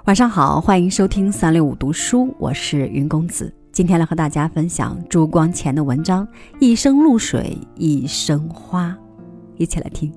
晚上好，欢迎收听365读书，我是云公子。今天来和大家分享朱光潜的文章《一生露水一生花》，一起来听。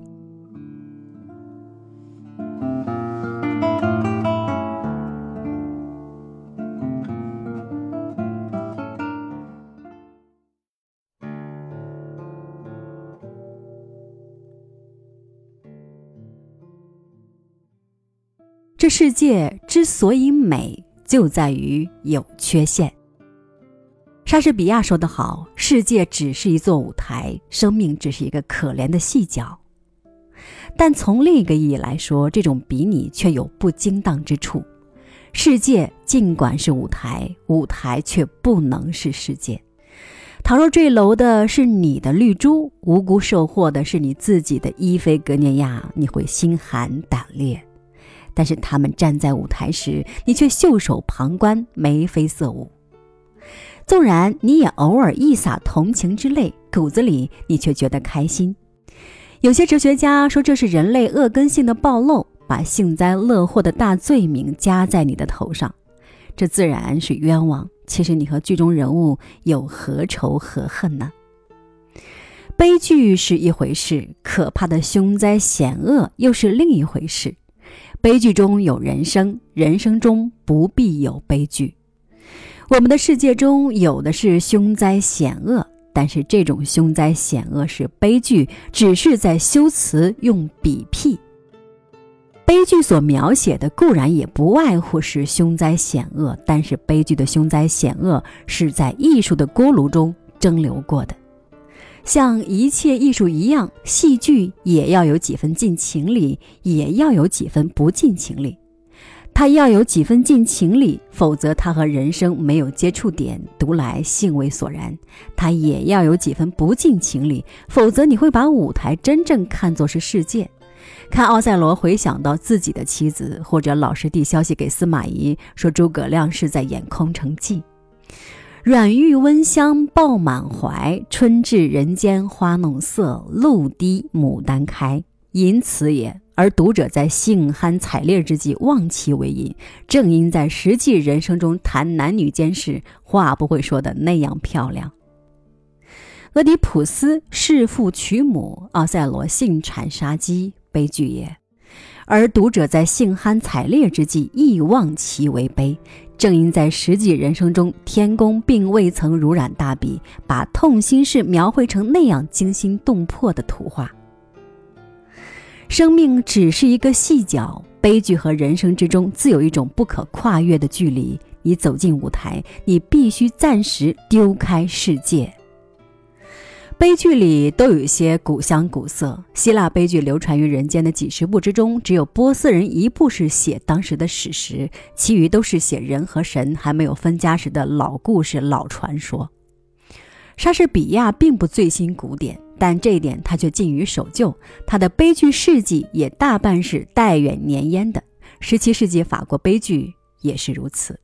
这世界之所以美，就在于有缺陷。莎士比亚说得好，世界只是一座舞台，生命只是一个可怜的细角。但从另一个意义来说，这种比拟却有不经当之处。世界尽管是舞台，舞台却不能是世界。倘若坠楼的是你的绿珠，无辜受祸的是你自己的伊菲格涅亚，你会心寒胆裂。但是他们站在舞台时，你却袖手旁观，眉飞色舞。纵然你也偶尔一洒同情之泪，骨子里你却觉得开心。有些哲学家说这是人类恶根性的暴露，把幸灾乐祸的大罪名加在你的头上，这自然是冤枉。其实你和剧中人物有何仇何恨呢？悲剧是一回事，可怕的凶灾险恶又是另一回事。悲剧中有人生，人生中不必有悲剧。我们的世界中有的是凶灾险恶，但是这种凶灾险恶是悲剧，只是在修辞用比譬。悲剧所描写的固然也不外乎是凶灾险恶，但是悲剧的凶灾险恶是在艺术的锅炉中蒸馏过的。像一切艺术一样，戏剧也要有几分尽情理，也要有几分不尽情理。它要有几分尽情理，否则它和人生没有接触点，读来兴味索然。它也要有几分不尽情理，否则你会把舞台真正看作是世界。看奥赛罗回想到自己的妻子，或者老师递消息给司马懿，说诸葛亮是在演空城计。软玉温香抱满怀，春至人间花弄色，露滴牡丹开，淫此也。而读者在兴酣采烈之际忘其为淫，正因在实际人生中谈男女间事，话不会说的那样漂亮。俄狄浦斯弑父娶母，奥赛罗性产杀机，悲剧也。而读者在兴酣采烈之际亦忘其为悲，正因在实际人生中天公并未曾如染大笔，把痛心事描绘成那样惊心动魄的图画。生命只是一个细角，悲剧和人生之中自有一种不可跨越的距离。你走进舞台，你必须暂时丢开世界。悲剧里都有一些古香古色，希腊悲剧流传于人间的几十部之中，只有波斯人一部是写当时的史实，其余都是写人和神还没有分家时的老故事老传说。莎士比亚并不醉心古典，但这一点他却近于守旧，他的悲剧事迹也大半是带远年烟的。17世纪法国悲剧也是如此。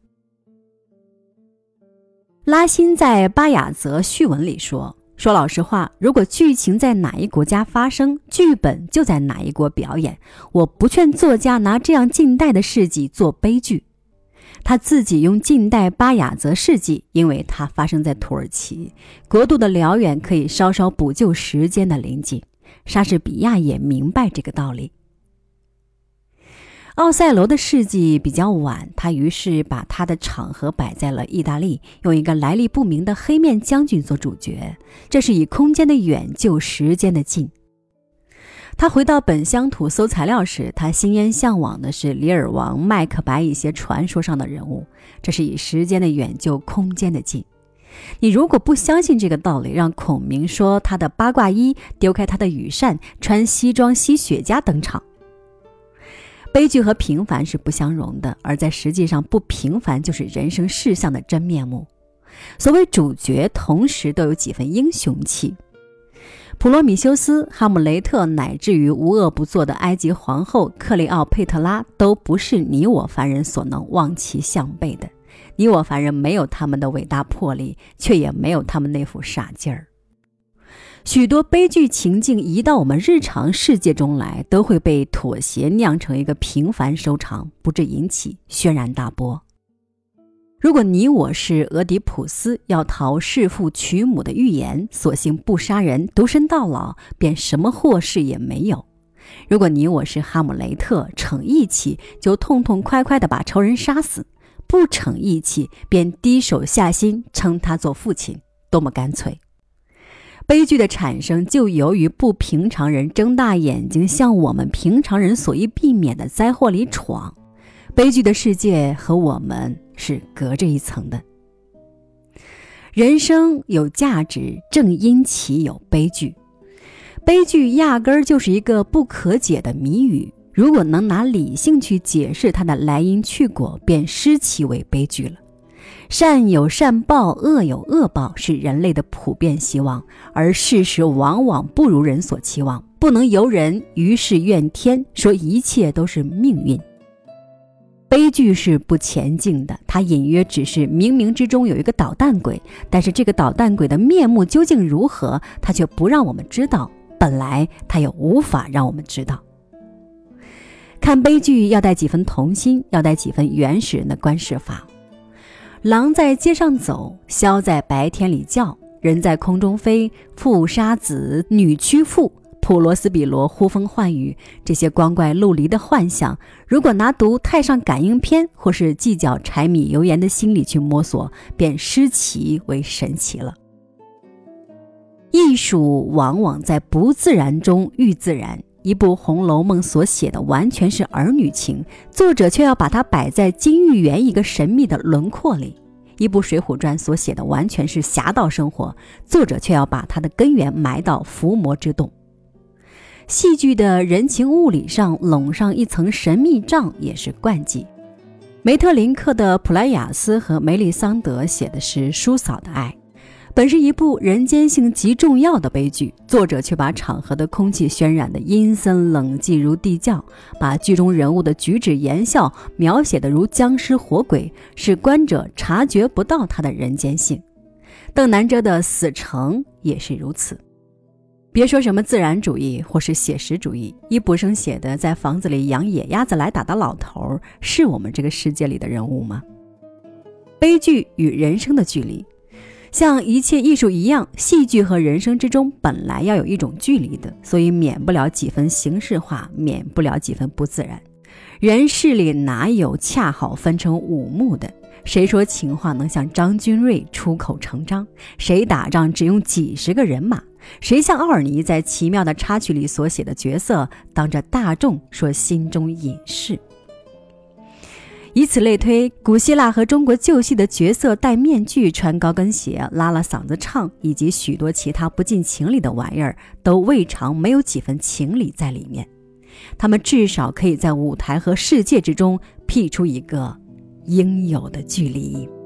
拉辛在巴雅泽序文里说老实话，如果剧情在哪一国家发生，剧本就在哪一国表演。我不劝作家拿这样近代的事迹做悲剧。他自己用近代巴雅泽事迹，因为它发生在土耳其，国度的辽远可以稍稍补救时间的临近。莎士比亚也明白这个道理。奥赛罗的事迹比较晚，他于是把他的场合摆在了意大利，用一个来历不明的黑面将军做主角，这是以空间的远救时间的近。他回到本乡土搜材料时，他心烟向往的是里尔王、麦克白一些传说上的人物，这是以时间的远救空间的近。你如果不相信这个道理，让孔明说他的八卦衣，丢开他的羽扇，穿西装吸雪茄登场。悲剧和平凡是不相容的，而在实际上不平凡就是人生事项的真面目。所谓主角同时都有几分英雄气。普罗米修斯、哈姆雷特乃至于无恶不作的埃及皇后克利奥佩特拉都不是你我凡人所能望其项背的。你我凡人没有他们的伟大魄力，却也没有他们那副傻劲儿。 许多悲剧情境移到我们日常世界中来，都会被妥协酿成一个平凡收场，不致引起轩然大波。如果你我是俄狄浦斯要逃弑父娶母的预言，索性不杀人，独身到老，便什么祸事也没有。如果你我是哈姆雷特，逞义气，就痛痛快快地把仇人杀死，不逞义气，便低手下心称他做父亲，多么干脆。悲剧的产生就由于不平常人睁大眼睛向我们平常人所易避免的灾祸里闯。悲剧的世界和我们是隔着一层的。人生有价值，正因其有悲剧。悲剧压根儿就是一个不可解的谜语，如果能拿理性去解释它的来因去果，便失其为悲剧了。善有善报，恶有恶报，是人类的普遍希望，而事实往往不如人所期望，不能由人，于是怨天，说一切都是命运。悲剧是不前进的，它隐约只是冥冥之中有一个捣蛋鬼，但是这个捣蛋鬼的面目究竟如何，它却不让我们知道，本来它又无法让我们知道。看悲剧要带几分童心，要带几分原始人的观世法。狼在街上走，枭在白天里叫，人在空中飞，父杀子，女屈父，普罗斯比罗呼风唤雨，这些光怪陆离的幻想，如果拿读太上感应篇或是计较柴米油盐的心理去摸索，便失其为神奇了。艺术往往在不自然中遇自然，一部《红楼梦》所写的完全是儿女情，作者却要把它摆在金玉园一个神秘的轮廓里；一部《水浒传》所写的完全是侠盗生活，作者却要把它的根源埋到伏魔之洞。戏剧的人情物理上笼上一层神秘障也是惯技。梅特林克的普莱雅斯和梅丽桑德写的是叔嫂的爱，本是一部人间性极重要的悲剧，作者却把场合的空气渲染得阴森冷寂如地窖，把剧中人物的举止言笑描写得如僵尸活鬼，使观者察觉不到他的人间性。邓南遮的《死城》也是如此。别说什么自然主义或是写实主义，易卜生写的在房子里养野鸭子来打的老头，是我们这个世界里的人物吗？悲剧与人生的距离，像一切艺术一样，戏剧和人生之中本来要有一种距离的，所以免不了几分形式化，免不了几分不自然。人世里哪有恰好分成五幕的？谁说情话能像张君瑞出口成章？谁打仗只用几十个人马？谁像奥尔尼在奇妙的插曲里所写的角色，当着大众说心中隐事？以此类推，古希腊和中国旧戏的角色戴面具、穿高跟鞋、拉了嗓子唱，以及许多其他不近情理的玩意儿，都未尝没有几分情理在里面。他们至少可以在舞台和世界之中辟出一个应有的距离。